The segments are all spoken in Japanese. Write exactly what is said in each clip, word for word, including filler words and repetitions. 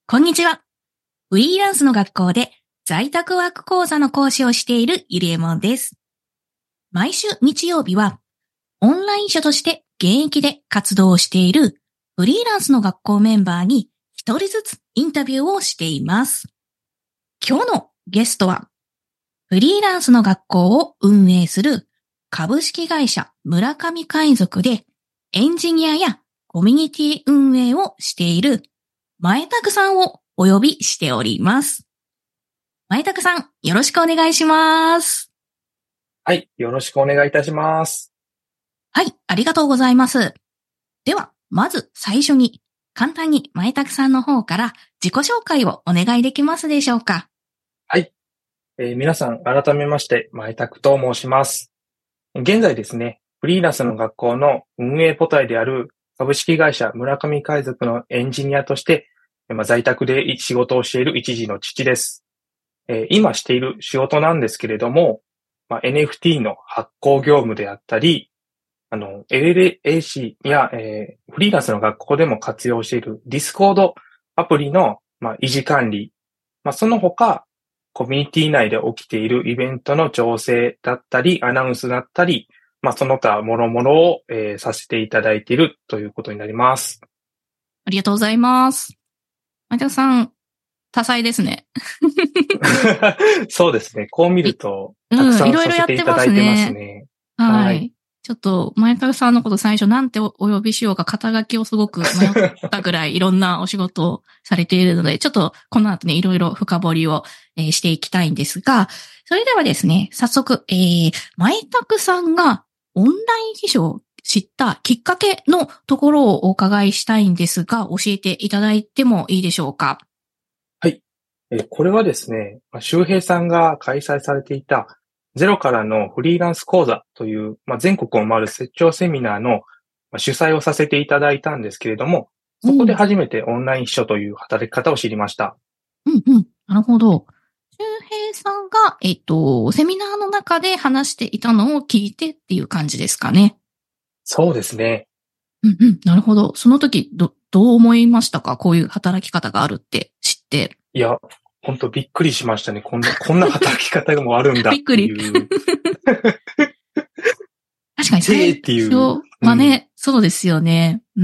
こんにちは。フリーランスの学校で在宅ワーク講座の講師をしているゆりえもんです。毎週日曜日はオンライン書として現役で活動をしているフリーランスの学校メンバーに一人ずつインタビューをしています。今日のゲストはフリーランスの学校を運営する株式会社村上海賊でエンジニアやコミュニティ運営をしている前拓さんをお呼びしております。前拓さん、よろしくお願いします。 はい、よろしくお願いいたします。 はい、ありがとうございます。では、まず最初に、簡単に前拓さんの方から自己紹介をお願いできますでしょうか。 はい、えー、皆さん改めまして前拓と申します。現在ですね、フリーランスの学校の運営母体である株式会社村上海賊のエンジニアとして、まあ、在宅で仕事をしている一児の父です。えー、今している仕事なんですけれども、まあ、エヌエフティー の発行業務であったり、あの、エルエルエーシー や、えー、フリーランスの学校でも活用している Discord アプリの、まあ、維持管理、まあ、その他、コミュニティ内で起きているイベントの調整だったり、アナウンスだったり、まあ、その他、もろもろを、えー、させていただいているということになります。 ありがとうございます。前田さん、多彩ですね。 そうですね。こう見ると、たくさんさせていただいてますね。 うん、はい、はい。ちょっと、前田さんのこと最初なんてお呼びしようか肩書きをすごく迷ったぐらいいろんなお仕事をされているので、ちょっとこの後ね、いろいろ深掘りを、えー、していきたいんですが、それではですね、早速、えー、前田さんがオンライン秘書を知ったきっかけのところをお伺いしたいんですが、教えていただいてもいいでしょうか。 はい。えこれはですね、周平さんが開催されていたゼロからのフリーランス講座という、まあ、全国を回る出張セミナーの主催をさせていただいたんですけれども、そこで初めてオンライン秘書という働き方を知りました。 うんうん。なるほど。周平さんが、えっと、セミナーの中で話していたのを聞いてっていう感じですかね。 そうですね。 うんうん。なるほど。その時、ど、どう思いましたか？こういう働き方があるって知って。 いや、本当びっくりしましたね。こんな、こんな働き方もあるんだっていう。 びっくり。確かに最初はね、うん、そうですよね。うん。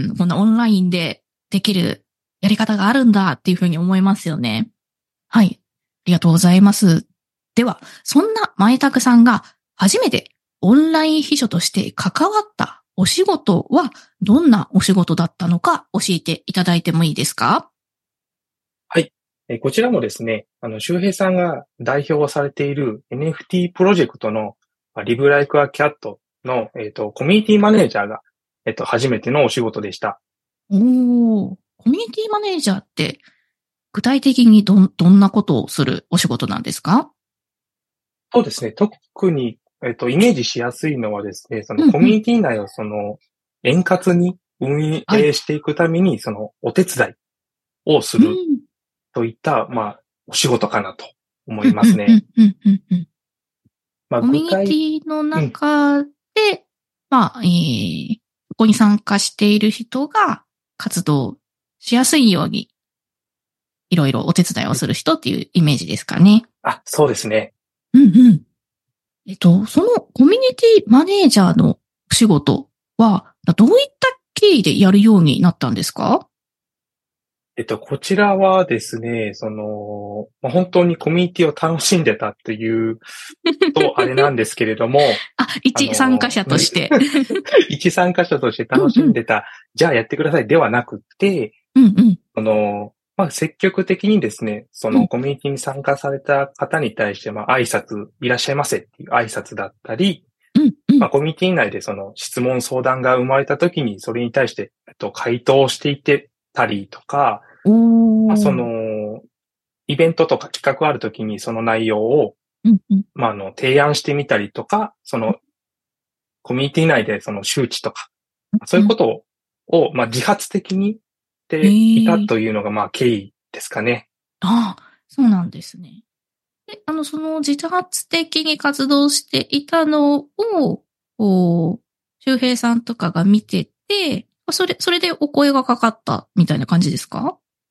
こんなオンラインでできるやり方があるんだっていうふうに思いますよね。はい。ありがとうございます。では、そんな前拓さんが初めてオンライン秘書として関わったお仕事はどんなお仕事だったのか教えていただいてもいいですか？ はい。えこちらもですね、あの、周平さんが代表をされている エヌエフティー プロジェクトの Live Like a Cat の、えっと、コミュニティマネージャーが、えっと、初めてのお仕事でした。 おー、コミュニティマネージャーって具体的にど、どんなことをするお仕事なんですか？ そうですね。特に、えっと、イメージしやすいのはですね、そのコミュニティ内をその、円滑に運営していくために、その、お手伝いをするといった、まあ、お仕事かなと思いますね。 まあ、コミュニティの中で、うん、まあ、えー、ここに参加している人が活動しやすいように、いろいろお手伝いをする人っていうイメージですかね。 あ、そうですね。 うんうん。えっと、そのコミュニティマネージャーのお仕事は、どういった経緯でやるようになったんですか？ えっと、こちらはですね、その、まあ、本当にコミュニティを楽しんでたっていうと、あれなんですけれども。 あ、一参加者として。 一参加者として楽しんでた、うんうん、じゃあやってくださいではなくて、 うんうん、 その、まあ、積極的にですね、そのコミュニティに参加された方に対して、まあ、挨拶、いらっしゃいませっていう挨拶だったり、 うんうん、 まあ、コミュニティ内でその質問相談が生まれた時に、それに対して、えっと、回答していってたりとか、まあ、その、イベントとか企画あるときにその内容を、 うんうん、 まあ、あの、提案してみたりとか、その、コミュニティ内でその周知とか、そういうことを、まあ、自発的にしていたというのが、まあ、経緯ですかね。 ああ、そうなんですね。で、あの、その自発的に活動していたのを、こう、周平さんとかが見てて、それ、それでお声がかかったみたいな感じですか？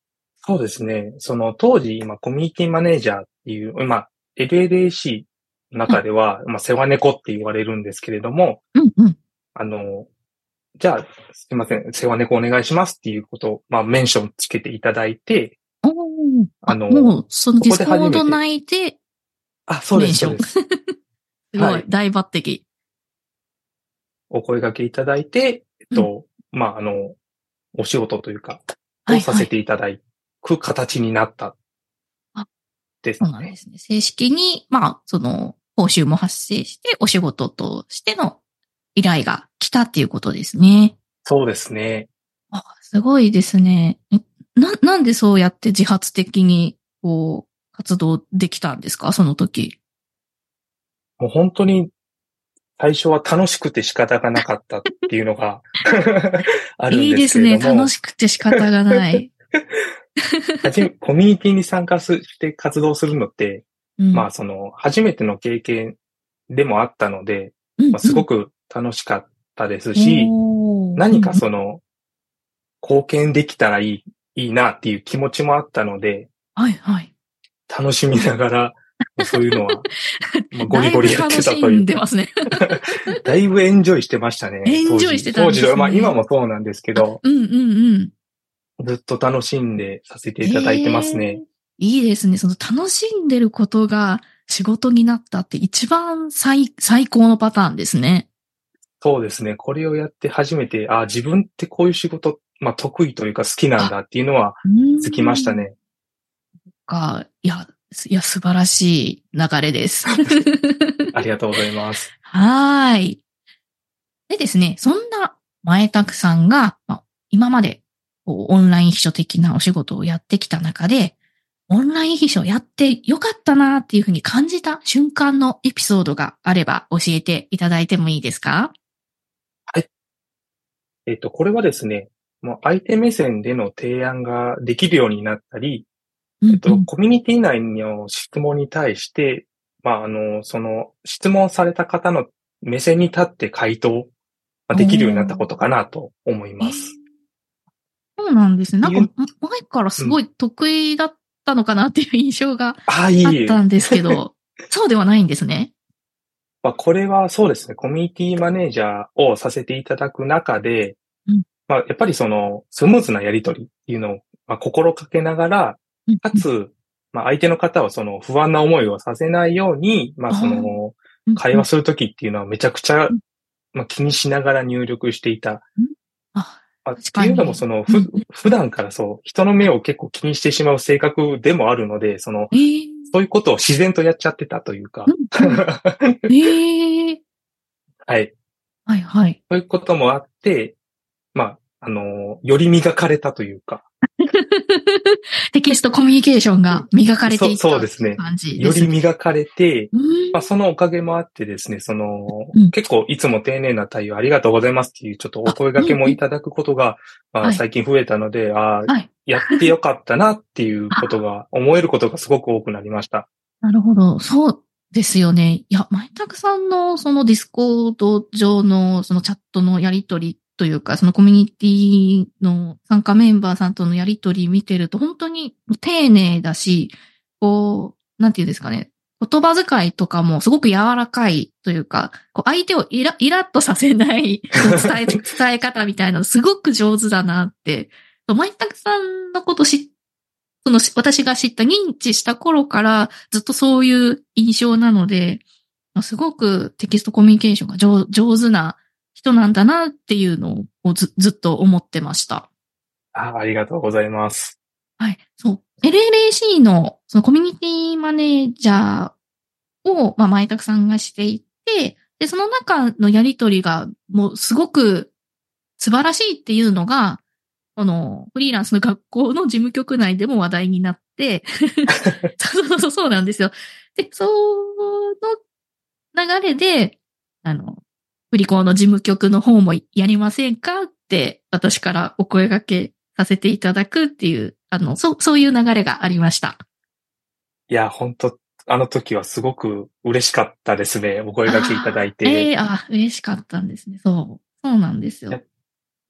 そうですね。その当時、今、コミュニティマネージャーっていう、まあ、エルエルエーシー の中では、まあ、世話猫って言われるんですけれども、 うんうん。 あの、じゃあ、すいません、世話猫お願いしますっていうことを、まあ、メンションつけていただいて、 おー。あ、 あの、 もう、そのそこでディスコード初めて、 内であ、そうです、 メンション。 そうです。 すごい、 はい。 大抜擢。 お声掛けいただいて、えっうん。 と、まあ、あの、お仕事というか、をさせはいはい。 ていただく形になったあ、 ですね。 そうなんですね。正式に、まあ、その、報酬も発生して、お仕事としての依頼が来たっていうことですね。 そうですね。 あ、すごいですね。んな、なんでそうやって自発的に、こう、活動できたんですかその時。 もう本当に最初は楽しくて仕方がなかったっていうのがあるんですけれいいですね。 ども、 楽しくて仕方がない。 はじめ、コミュニティに参加して活動するのって、 うん。 まあその、初めての経験でもあったので、まあ、すうんうん。 ごく楽しかったですし、 おー。う何かんうん。 その、貢献できたらいい、いいなっていう気持ちもあったので、 はいはい。 楽しみながら、まあ、そういうのは、まあ、ゴリだいぶゴリやってた楽しというか、 んでますね。 だいぶエンジョイしてましたね、 エン当時。 ジョイしてたんで当時と、まあ今すね。 もそうなんですけあ、 ど、 うんうんうん。 ずっと楽しんでさせていただいてますね。 ええ、いいですね。その楽しんでることが仕事になったって一番最、最高のパターンですね。 そうですね。これをやって初めて、あ、自分ってこういう仕事、まあ得意というか好きなんあ、 だっていうのはうー気づきましたん。 ね。 か、いや、すいや、素晴らしい流れです。 ありがとうございます。 はーい。でですね、そんな前拓さんが、まあ、今までこうオンライン秘書的なお仕事をやってきた中で、オンライン秘書やってよかったなっていうふうに感じた瞬間のエピソードがあれば教えていただいてもいいですか？ はい。えっと、これはですね、もう相手目線での提案ができるようになったり、えっと、 うんうん。 コミュニティ内の質問に対して、まあ、あの、その質問された方の目線に立って回答ができるようになったおー。 ことかなと思いえー、 ます。 そうなんですね。なんか、 っていう、 前からすうん。 ごい得意だったのかなっていう印象がああ、いえあっいえ。 たんですけど、そうではないんですね。 まあ、これはそうですね、コミュニティマネージャーをさせていただく中で、 うん、 まあ、やっぱりその、スムーズなやり取りっていうのを、まあ、心かけながら、 うん、うん。 かつ、まあ、相手の方はその不安な思いをさせないように、まあ、そああ、 の、 うん、うん、 会話するときっていうのはめちゃくちゃ、 うん。 まあ、気にしながら入力していた。 うん、あ、 まあ、っ確ていうのも、 かに。 その、ふ、 うん、うん。 普段からそう、人の目を結構気にしてしまう性格でもあるので、その、 ええ、 そういうことを自然とやっちゃってたというか、 うん、うん。ええ、 はい。 はい、はい。 そういうこともあって、まあ、あの、より磨かれたというか、 テキストコミュニケーションが磨かれてそう、 いったっそうですね。 ていう感じでよりすね。 磨かれて、 うーまあ、そん。 のおかげもあってですね、その、 うん。 結構いつも丁寧な対応ありがとうございますっていうちょっとおあ、 声掛けうん、うん。 もいただくことが、まあ、 はい。 最近増えたので、ああ、 はい。 やってよかったなっていうことあ、 が、思えることがすごく多くなりました。 なるほど。そうですよね。いや、前田さんのそのディスコード上のそのチャットのやりとりというか、そのコミュニティの参加メンバーさんとのやりとり見てると本当に丁寧だし、こう、なんていうんですかね。言葉遣いとかもすごく柔らかいというか、こう相手をイライラッとさせないその伝え、伝え方みたいなのすごく上手だなって。前田さんのこと知っその、私が知った認知した頃からずっとそういう印象なので、すごくテキストコミュニケーションが上上手な人なんだなっていうのをずずっと思ってました。 あ、ありがとうございます。 はい。そう。エルエルエーシー のそのコミュニティマネージャーを、まあ、前田さんがしていて、で、その中のやりとりがもうすごく素晴らしいっていうのが、このフリーランスの学校の事務局内でも話題になって、そうそうそうそうなんですよ。で、その流れで、あの、振り子の事務局の方もやりませんかって私からお声掛けさせていただくっていう、あの、そう、そういう流れがありました。 いや、本当あの時はすごく嬉しかったですね。お声掛けいただああ、えいて。 えー、あ、嬉しかったんですね。そう。そうなんですやよ。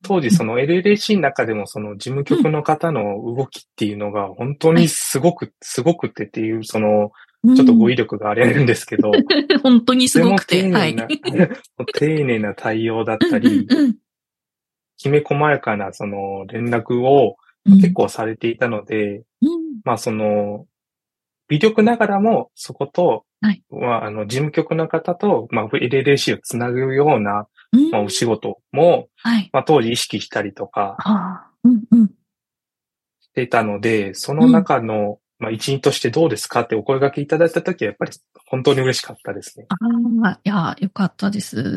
当時その エルエルエーシー の中でもその事務局の方の動きっていうのが本当にすごく、すごくてっていう、その、ちょっと語彙力があれるんですけど、 本当にすごくて、 とても丁寧な、はい、丁寧な対応だったり、うんうんうん、きめ細やかなその連絡を結構されていたので、うん、まあその、微力ながらもそこと、はい、まあ、あの、事務局の方と、まあ、エルエルエーシー をつなぐような、うん、まあ、お仕事も、はい、まあ、当時意識したりとか、うんうん、していたので、その中の、うん、まあ、一員としてどうですかってお声掛けいただいたときは、やっぱり本当に嬉しかったですね。 ああ、いや、よかったです。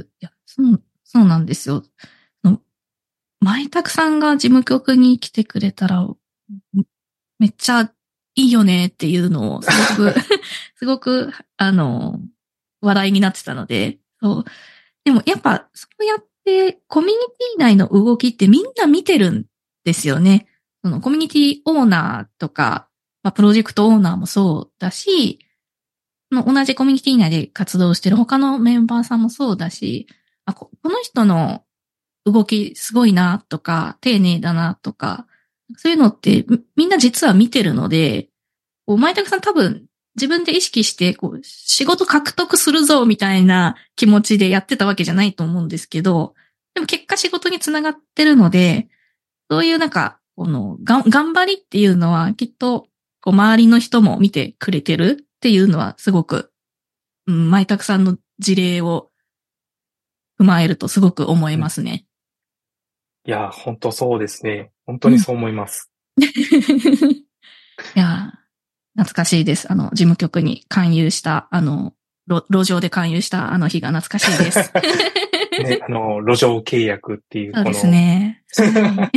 いや、そう、そうなんですよ。前田さんが事務局に来てくれたら、めっちゃいいよねっていうのを、すごく、すごく、あの、話題になってたので、そう。でもやっぱ、そうやってコミュニティ内の動きってみんな見てるんですよね。そのコミュニティオーナーとか、まあ、プロジェクトオーナーもそうだし、同じコミュニティ内で活動してる他のメンバーさんもそうだし、あ、この人の動きすごいなとか、丁寧だなとか、そういうのってみんな実は見てるので、前田さん多分自分で意識してこう仕事獲得するぞみたいな気持ちでやってたわけじゃないと思うんですけど、でも結果仕事につながってるので、そういうなんか、このが頑張りっていうのはきっとこう周りの人も見てくれてるっていうのはすごく、うん、前田さんの事例を踏まえるとすごく思いますね。 うん、いや、本当そうですね。本当にそう思います。 うん、いや、懐かしいです。あの、事務局に勧誘した、あの、路上で勧誘したあの日が懐かしいです。 ね、あの、路上契約っていう、 そうですね。はい、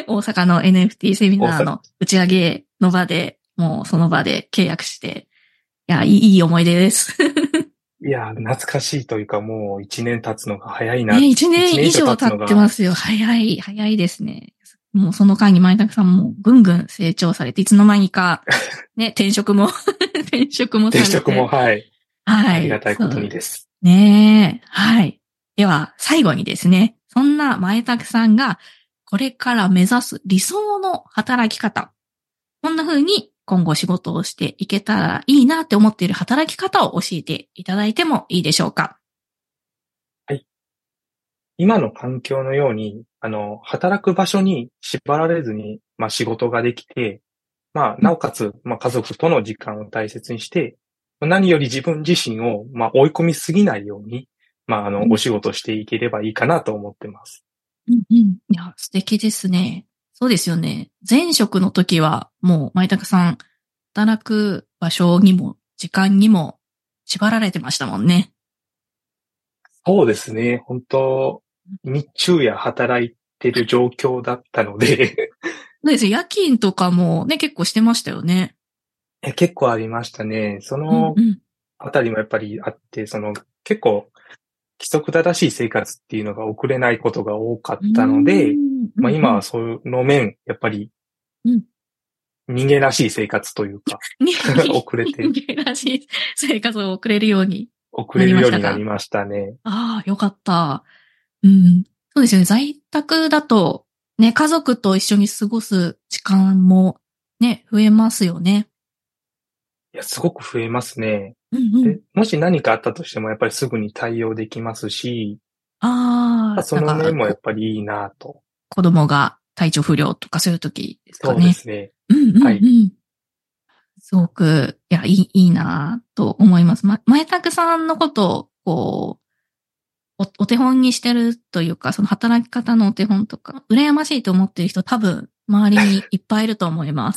大阪の エヌエフティー セミナーの打ち上げの場で、もうその場で契約して、いや、いい、いい思い出です。 いや、懐かしいというか、もう一年経つのが早いな。 ね、一年以上経ってますよ。早い、早いですね。もうその間に前田さんもぐんぐん成長されて、いつの間にか、ね、転職も、転職もされて。 転職も、はい。 はい。 ありがたいことにです。 ねえ、はい。では、最後にですね、そんな前田さんが、これから目指す理想の働き方。こんな風に今後仕事をしていけたらいいなって思っている働き方を教えていただいてもいいでしょうか。 はい。今の環境のように、あの、働く場所に縛られずに、まあ仕事ができて、まあ、なおかつ、まあ家族との時間を大切にして、何より自分自身を、まあ追い込みすぎないように、まああの、お仕事していければいいかなと思ってます。 うんうん。いや、素敵ですね。そうですよね。前職の時は、もう前田さん、働く場所にも、時間にも縛られてましたもんね。 そうですね。本当日中夜働いてる状況だったのでそうです。夜勤とかもね、結構してましたよね。 え結構ありましたね。そのあたりもやっぱりあって、その結構規則正しい生活っていうのが送れないことが多かったので、まあ今はその面、やっぱり、人間らしい生活というか、遅れて。 人間らしい生活を送れるように遅れるようになりましたね。 ああ、よかった。うん。そうですよね。在宅だと、ね、家族と一緒に過ごす時間もね、増えますよね。 いや、すごく増えますね。 うんうん、 でもし何かあったとしても、やっぱりすぐに対応できますし、 ああ、 その面もやっぱりいいなと。 子供が体調不良とかそういう時ですかね。 そうですね。 うんうんうん。 はい。 すごく、いや、いい、いいなと思います。ま、前田さんのことを、こう、お、お手本にしてるというか、その働き方のお手本とか、羨ましいと思ってる人多分、周りにいっぱいいると思います。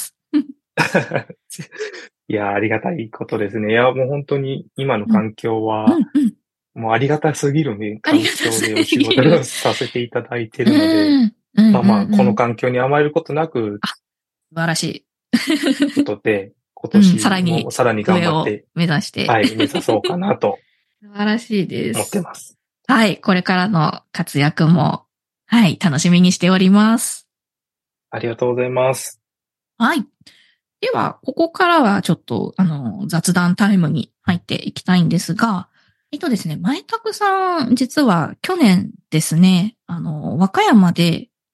いや、ありがたいことですね。いや、もう本当に今の環境は、うんうんうん、もうありがたすぎるね、環境でお仕事をさせていただいているので、うんうんうん、まあまあ、この環境に甘えることなく、 素晴らしい。 ことで、今年も、うん、 さらに、 さらに頑張って、 目指して。 はい、目指そうかなと。 素晴らしいです。 思ってます。 はい、これからの活躍も、はい、楽しみにしております。 ありがとうございます。 はい。では、ここからはちょっと、あの、雑談タイムに入っていきたいんですが、えっとですね、前田さん、実は去年ですね、あの、和歌山で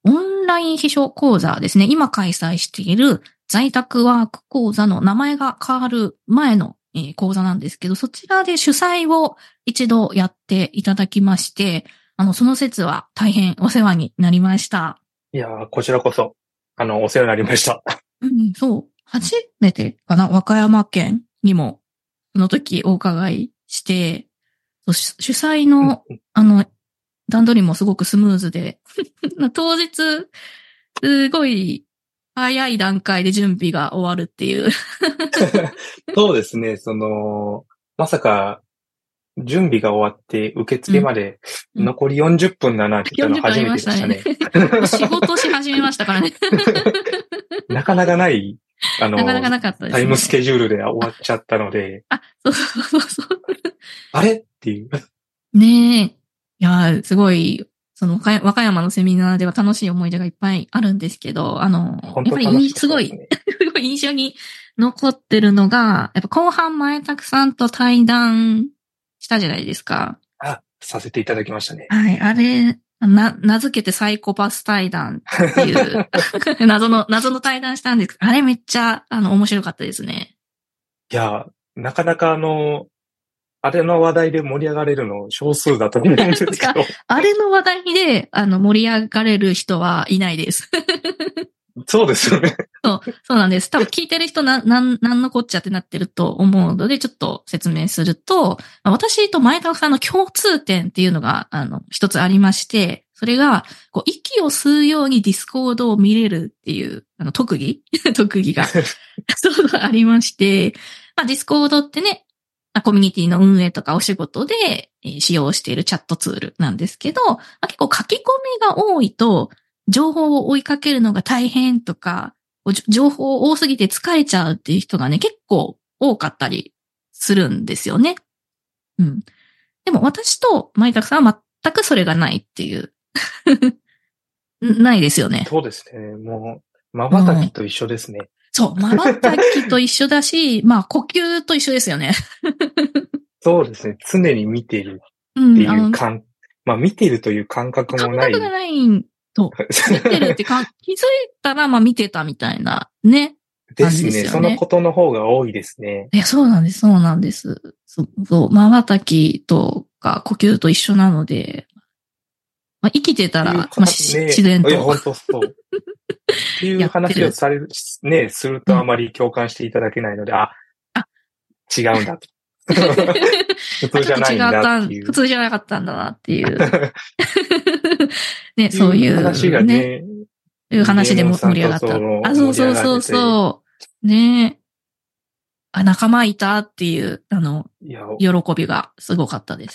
ンライン秘書講座ですね。今開催している在宅ワーク講座の名前が変わる前のえー講座なんですけど、そちらで主催を一度やっていただきまして、あの、その説は大変お世話になりました。 いやー、こちらこそ、あの、お世話になりました。 うん、そう。初めてかな、和歌山県にも、その時お伺いして、主催の、あの、段取りもすごくスムーズで、当日、すごい早い段階で準備が終わるっていう。 そうですね、その、まさか、準備が終わって受付まで残りよんじゅっぷんだなって言ったの初めてでしたね。 仕事し始めましたからね。 なかなかない、あの、 なかなかなかったですね、 タイムスケジュールで終わっちゃったので。 あ、そうそうそうそう。 あれっていう。 ねえ。いや、すごい、その、和歌山のセミナーでは楽しい思い出がいっぱいあるんですけど、あの、 本当やっぱりすごい、すごい印象に残ってるのが、やっぱ後半前たくさんと対談したじゃないですか。 あ、させていただきましたね。 はい、あれ、な、名付けてサイコパス対談っていう謎の、謎の対談したんですけど、あれめっちゃ、あの、面白かったですね。 いや、なかなかあの、あれの話題で盛り上がれるの少数だと思うんですけど。 あれの話題で、あの、盛り上がれる人はいないです。 そうですよね。 そう、そうなんです。多分聞いてる人な、なん、なんのこっちゃってなってると思うので、ちょっと説明すると、私と前田さんの共通点っていうのが、あの、一つありまして、それが、こう、息を吸うようにディスコードを見れるっていう、あの、特技特技が、そうありまして、まあ、ディスコードってね、コミュニティの運営とかお仕事で使用しているチャットツールなんですけど、まあ、結構書き込みが多いと、情報を追いかけるのが大変とか、情報多すぎて疲れちゃうっていう人がね、結構多かったりするんですよね。うん。でも私と前田さんは全くそれがないっていう。ないですよね。 そうですね。もう、瞬きと一緒ですね。うん、 そう、瞬きと一緒だし、まあ呼吸と一緒ですよね。 そうですね。常に見ているっていう感、うん、まあ見ているという感覚もない。 感覚がないんと、見てるってか気づいたらまあ見てたみたいなね。 ですね。ですね。そのことの方が多いですね。 いや、そうなんです、そうなんです。そう、そう瞬きとか呼吸と一緒なので、まあ、生きてたら、まあ、ね、自然と。 いや、本当そう。っていう話をされる、ね、するとあまり共感していただけないので、うん、あ、あ違うんだと。普通じゃないんだっていう。 普通じゃなかったんだなっていう。ね、そういう。 話がね。 いう話でも盛り上がった。あ、そうそうそうそう。ねあ、仲間いたっていう、あの、喜びがすごかったです。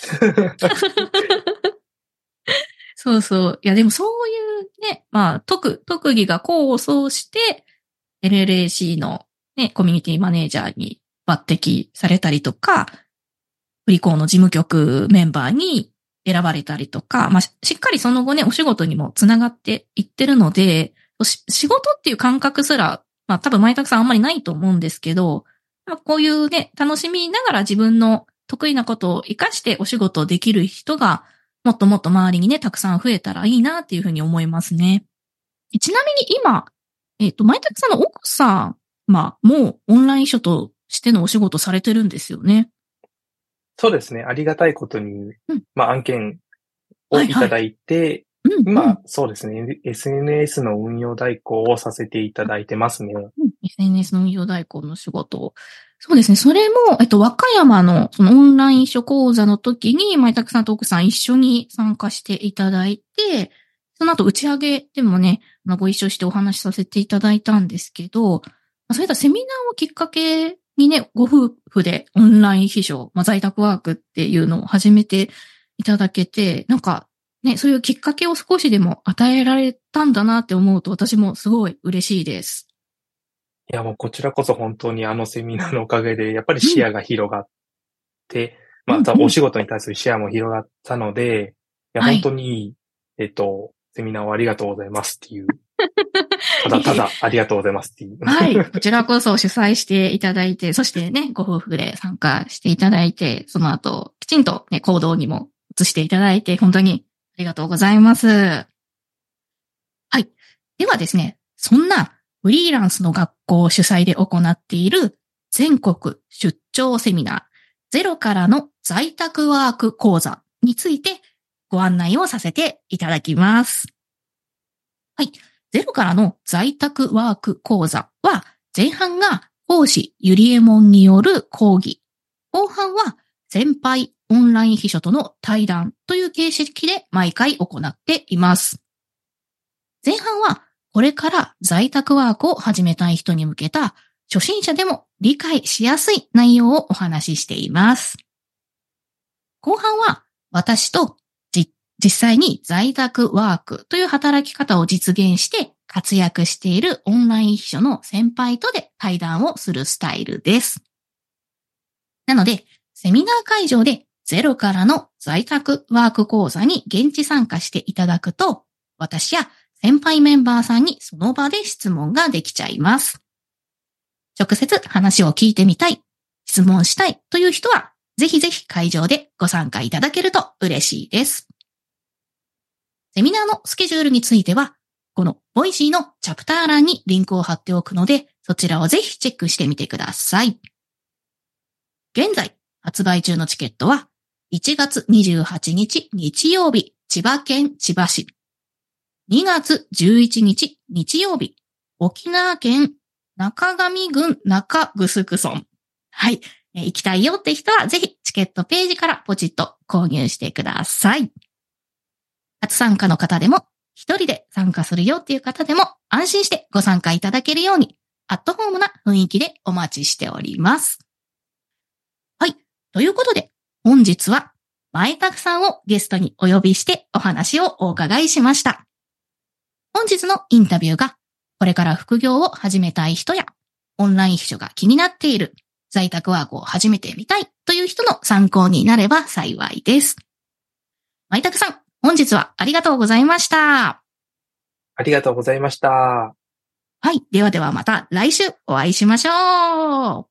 そうそう。いや、でもそういうね、まあ、特、特技が功を奏して、エルエルエーシー のね、コミュニティマネージャーに抜擢されたりとか、フリコーの事務局メンバーに選ばれたりとか、まあ、しっかりその後ね、お仕事にもつながっていってるので、仕事っていう感覚すら、まあ多分前田さんあんまりないと思うんですけど、まあ、こういうね、楽しみながら自分の得意なことを活かしてお仕事をできる人が、もっともっと周りにね、たくさん増えたらいいなっていうふうに思いますね。ちなみに今、えっと、前田さんの奥さん、まあ、もうオンライン秘書としてのお仕事されてるんですよね。 そうですね。ありがたいことに、うん、まあ案件をいただいて、はいはい今、うんうん、そうですね。エスエヌエス の運用代行をさせていただいてますね。うん、 エスエヌエス の運用代行の仕事を。そうですね。それも、えっと、和歌山のそのオンライン秘書講座の時に、前田さんと奥さん一緒に参加していただいて、その後打ち上げでもね、ご一緒してお話しさせていただいたんですけど、そういったセミナーをきっかけにね、ご夫婦でオンライン秘書、まあ、在宅ワークっていうのを始めていただけて、なんかね、そういうきっかけを少しでも与えられたんだなって思うと私もすごい嬉しいです。 いやもうこちらこそ本当にあのセミナーのおかげで、やっぱり視野が広がって、うん、まあ、お仕事に対する視野も広がったので、いや本当に、はい、えっと、セミナーをありがとうございますっていう。ただただありがとうございますっていう。 はい。こちらこそ主催していただいて、そしてね、ご夫婦で参加していただいて、その後、きちんとね、行動にも移していただいて、本当にありがとうございます。はい。 ではですね、そんなフリーランスの学校を主催で行っている全国出張セミナー、ゼロからの在宅ワーク講座についてご案内をさせていただきます。はい。ゼロからの在宅ワーク講座は、前半が講師ゆりえもんによる講義。後半は先輩オンライン秘書との対談という形式で毎回行っています。前半はこれから在宅ワークを始めたい人に向けた初心者でも理解しやすい内容をお話ししています。後半は私と実際に在宅ワークという働き方を実現して活躍しているオンライン秘書の先輩とで対談をするスタイルです。なので、セミナー会場でゼロからの在宅ワーク講座に現地参加していただくと、私や先輩メンバーさんにその場で質問ができちゃいます。直接話を聞いてみたい、質問したいという人は、ぜひぜひ会場でご参加いただけると嬉しいです。セミナーのスケジュールについては、このボイシーのチャプター欄にリンクを貼っておくので、そちらをぜひチェックしてみてください。現在発売中のチケットは、いちがつにじゅうはちにち日曜日、千葉県千葉市。にがつじゅういちにち日曜日、沖縄県中上郡中城村。はい。行きたいよって人は、ぜひチケットページからポチッと購入してください。初参加の方でも、一人で参加するよっていう方でも、安心してご参加いただけるように、アットホームな雰囲気でお待ちしております。はい。ということで、本日は、前拓さんをゲストにお呼びしてお話をお伺いしました。本日のインタビューが、これから副業を始めたい人や、オンライン秘書が気になっている、在宅ワークを始めてみたいという人の参考になれば幸いです。前拓さん、本日はありがとうございました。 ありがとうございました。 はい。ではではまた来週お会いしましょう。